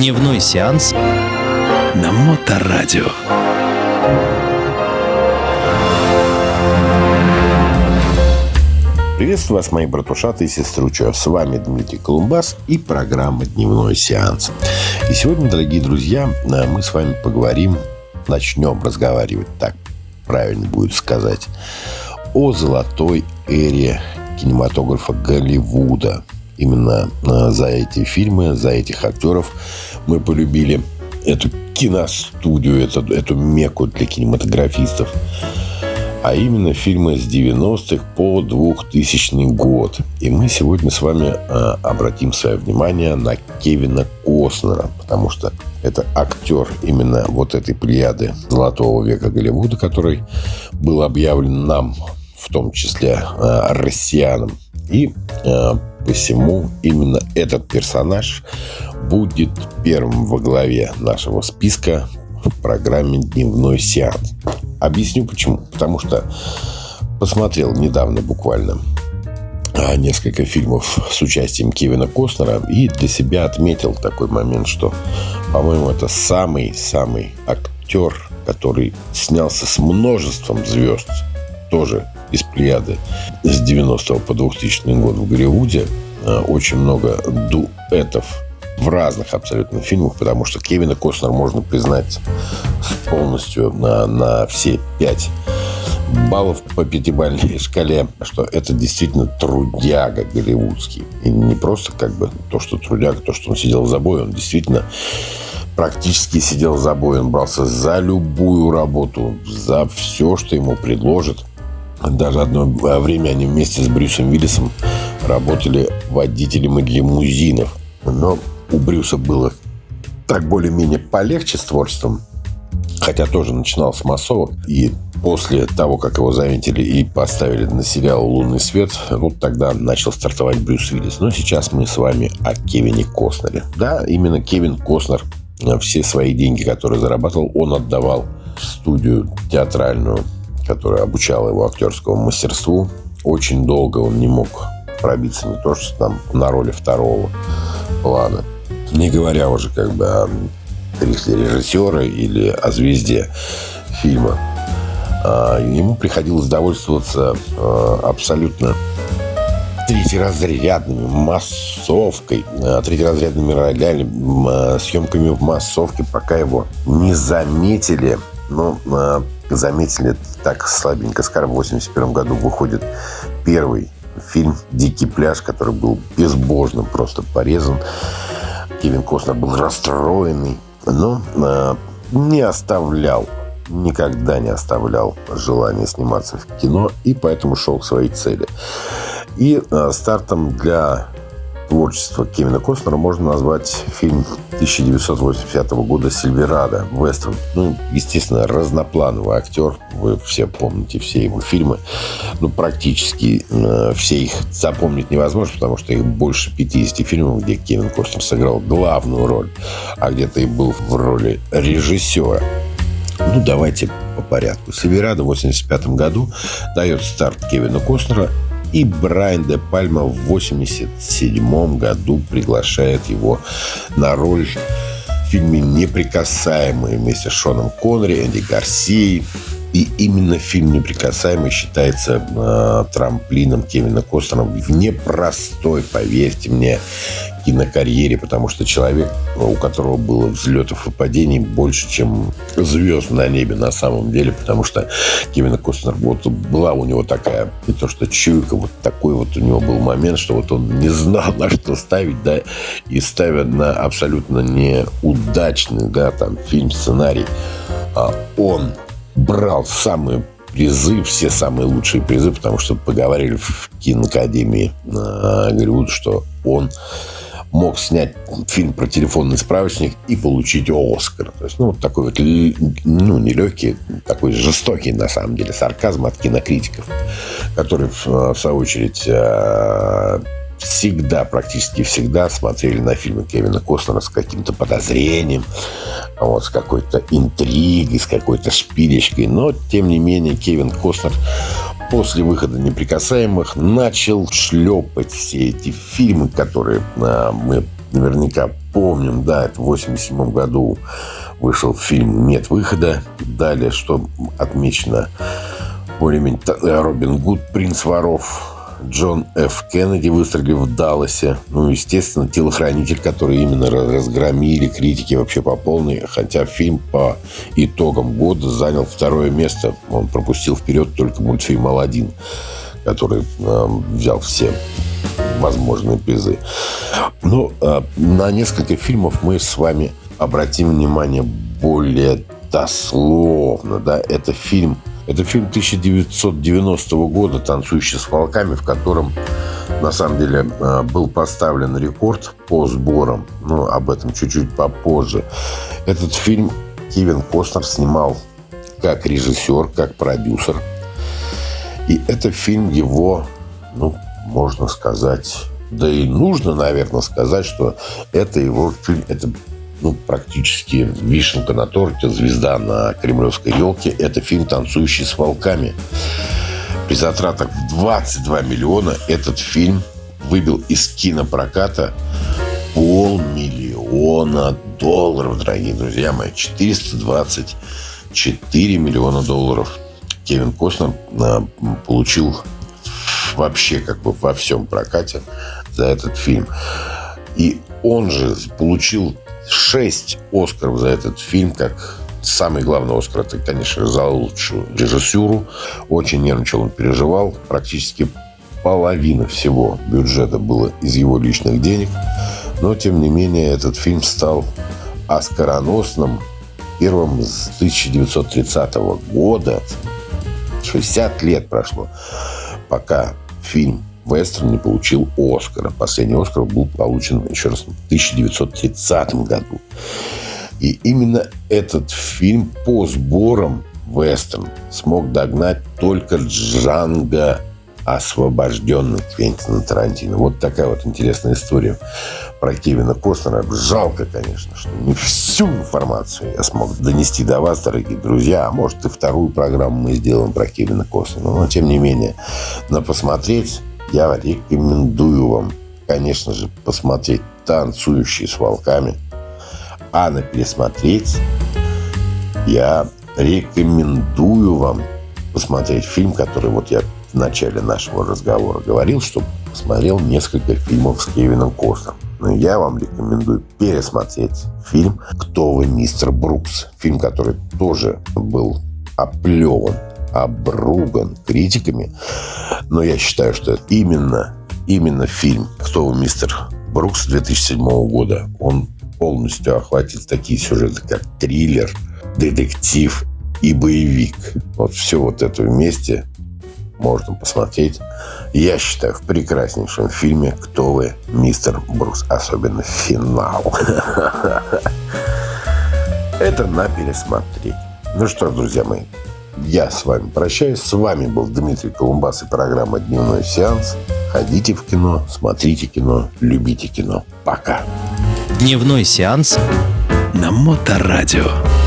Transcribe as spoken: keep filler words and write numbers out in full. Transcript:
Дневной сеанс на Моторадио. Приветствую вас, мои братушаты и сеструча. С вами Дмитрий Колумбас и программа «Дневной сеанс». И сегодня, дорогие друзья, мы с вами поговорим, начнем разговаривать, так правильно будет сказать, о золотой эре кинематографа Голливуда. Именно за эти фильмы, за этих актеров мы полюбили эту киностудию, эту, эту мекку для кинематографистов. А именно фильмы с девяностых по двухтысячный год. И мы сегодня с вами э, обратим свое внимание на Кевина Костнера, потому что это актер именно вот этой плеяды золотого века Голливуда, который был объявлен нам, в том числе э, россиянам. И э, посему именно этот персонаж будет первым во главе нашего списка в программе «Дневной сеанс». Объясню почему. Потому что посмотрел недавно буквально несколько фильмов с участием Кевина Костнера и для себя отметил такой момент, что, по-моему, это самый-самый актер, который снялся с множеством звезд, тоже из плеяды с девяностого по двухтысячный год в Голливуде. Очень много дуэтов в разных абсолютно фильмах, потому что Кевина Костнера можно признать полностью на, на все пять баллов по пятибалльной шкале, что это действительно трудяга голливудский. И не просто как бы то, что трудяга, то, что он сидел за бой, он действительно практически сидел за бой, он брался за любую работу, за все, что ему предложат. Даже одно время они вместе с Брюсом Уиллисом работали водителями лимузинов. Но у Брюса было так более-менее полегче с творчеством, хотя тоже начинал с массовок. И после того, как его заметили и поставили на сериал «Лунный свет», вот тогда начал стартовать Брюс Уиллис. Но сейчас мы с вами о Кевине Костнере. Да, именно Кевин Костнер все свои деньги, которые зарабатывал, он отдавал в студию театральную, которая обучала его актерскому мастерству. Очень долго он не мог пробиться не то, что там на роли второго плана, не говоря уже как бы о кресле режиссера или о звезде фильма. Ему приходилось довольствоваться абсолютно третьеразрядными массовкой, третьеразрядными ролями, съемками в массовке, пока его не заметили. Но заметили так слабенько. Скажем, в восемьдесят первом году выходит первый фильм «Дикий пляж», который был безбожно просто порезан. Кевин Костнер был расстроенный, но э, не оставлял, никогда не оставлял желания сниматься в кино, и поэтому шел к своей цели. И э, стартом для творчества Кевина Костнера можно назвать фильм тысяча девятьсот восемьдесят пятого года «Сильверадо», вестерн. Ну, естественно, разноплановый актер. Вы все помните все его фильмы. Ну, практически э, все их запомнить невозможно, потому что их больше пятидесяти фильмов, где Кевин Костнер сыграл главную роль, а где-то и был в роли режиссера. Ну, давайте по порядку. «Сильверадо» в восемьдесят пятом году дает старт Кевину Костнера. И Брайан де Пальма в восемьдесят седьмом году приглашает его на роль в фильме «Неприкасаемые» вместе с Шоном Коннери, Энди Гарсией. И именно фильм «Неприкасаемый» считается э, трамплином Кевина Костнера в непростой, поверьте мне, кинокарьере, потому что человек, у которого было взлетов и падений больше, чем звезд на небе на самом деле, потому что Кевин Костнер, вот была у него такая, не то что чуйка, вот такой вот у него был момент, что вот он не знал, на что ставить, да, и ставя на абсолютно неудачный, да, там, фильм, сценарий, а он брал самые призы, все самые лучшие призы, потому что поговорили в киноакадемии Голливуда, что он мог снять фильм про телефонный справочник и получить Оскар. То есть, ну, вот такой вот, ну, нелегкий, такой жестокий, на самом деле, сарказм от кинокритиков, которые, в, в свою очередь, всегда, практически всегда смотрели на фильмы Кевина Костнера с каким-то подозрением, вот, с какой-то интригой, с какой-то шпилечкой. Но, тем не менее, Кевин Костнер после выхода «Неприкасаемых» начал шлепать все эти фильмы, которые а, мы наверняка помним, да, это в восемьдесят седьмом году вышел фильм «Нет выхода». Далее, что отмечено, более-менее Робин Гуд, «Принц воров», Джон Ф. Кеннеди, «Выстрелив в Далласе». Ну, естественно, «Телохранитель», который именно разгромили критики вообще по полной. Хотя фильм по итогам года занял второе место. Он пропустил вперед только мультфильм «Аладдин», который э, взял все возможные призы. Но э, на несколько фильмов мы с вами обратим внимание более дословно. Да? Это фильм Это фильм тысяча девятьсот девяностого года «Танцующий с волками», в котором, на самом деле, был поставлен рекорд по сборам. Но об этом чуть-чуть попозже. Этот фильм Кевин Костнер снимал как режиссер, как продюсер. И это фильм его, ну, можно сказать, да и нужно, наверное, сказать, что это его фильм, это ну, практически вишенка на торте, звезда на кремлевской елке. Это фильм «Танцующий с волками». При затратах в двадцать два миллиона этот фильм выбил из кинопроката полмиллиона долларов, дорогие друзья мои. четыреста двадцать четыре миллиона долларов Кевин Костнер получил вообще как бы во всем прокате за этот фильм. И он же получил шесть Оскаров за этот фильм, как самый главный Оскар, это, конечно, за лучшую режиссуру. Очень нервничал, он переживал. Практически половина всего бюджета было из его личных денег. Но, тем не менее, этот фильм стал оскароносным, первым с тысяча девятьсот тридцатого года. шестьдесят лет прошло, пока фильм вестерн не получил Оскара. Последний Оскар был получен, еще раз, в тысяча девятьсот тридцатом году. И именно этот фильм по сборам вестерн смог догнать только «Джанго освобожденный» Квентина Тарантино. Вот такая вот интересная история про Кевина Костнера. Жалко, конечно, что не всю информацию я смог донести до вас, дорогие друзья. А может, и вторую программу мы сделаем про Кевина Костнера. Но, тем не менее, на посмотреть я рекомендую вам, конечно же, посмотреть «Танцующий с волками». А на пересмотреть я рекомендую вам посмотреть фильм, который вот я в начале нашего разговора говорил, что посмотрел несколько фильмов с Кевином Костнером. Но я вам рекомендую пересмотреть фильм «Кто вы, мистер Брукс». Фильм, который тоже был оплеван, обруган критиками. Но я считаю, что именно, именно фильм «Кто вы, мистер Брукс» две тысячи седьмого года, он полностью охватит такие сюжеты, как триллер, детектив и боевик. Вот все вот это вместе можно посмотреть, я считаю, в прекраснейшем фильме «Кто вы, мистер Брукс». Особенно финал. Это на пересмотреть. Ну что, друзья мои, я с вами прощаюсь. С вами был Дмитрий Колумбас и программа «Дневной сеанс». Ходите в кино, смотрите кино, любите кино. Пока. Дневной сеанс на Моторадио.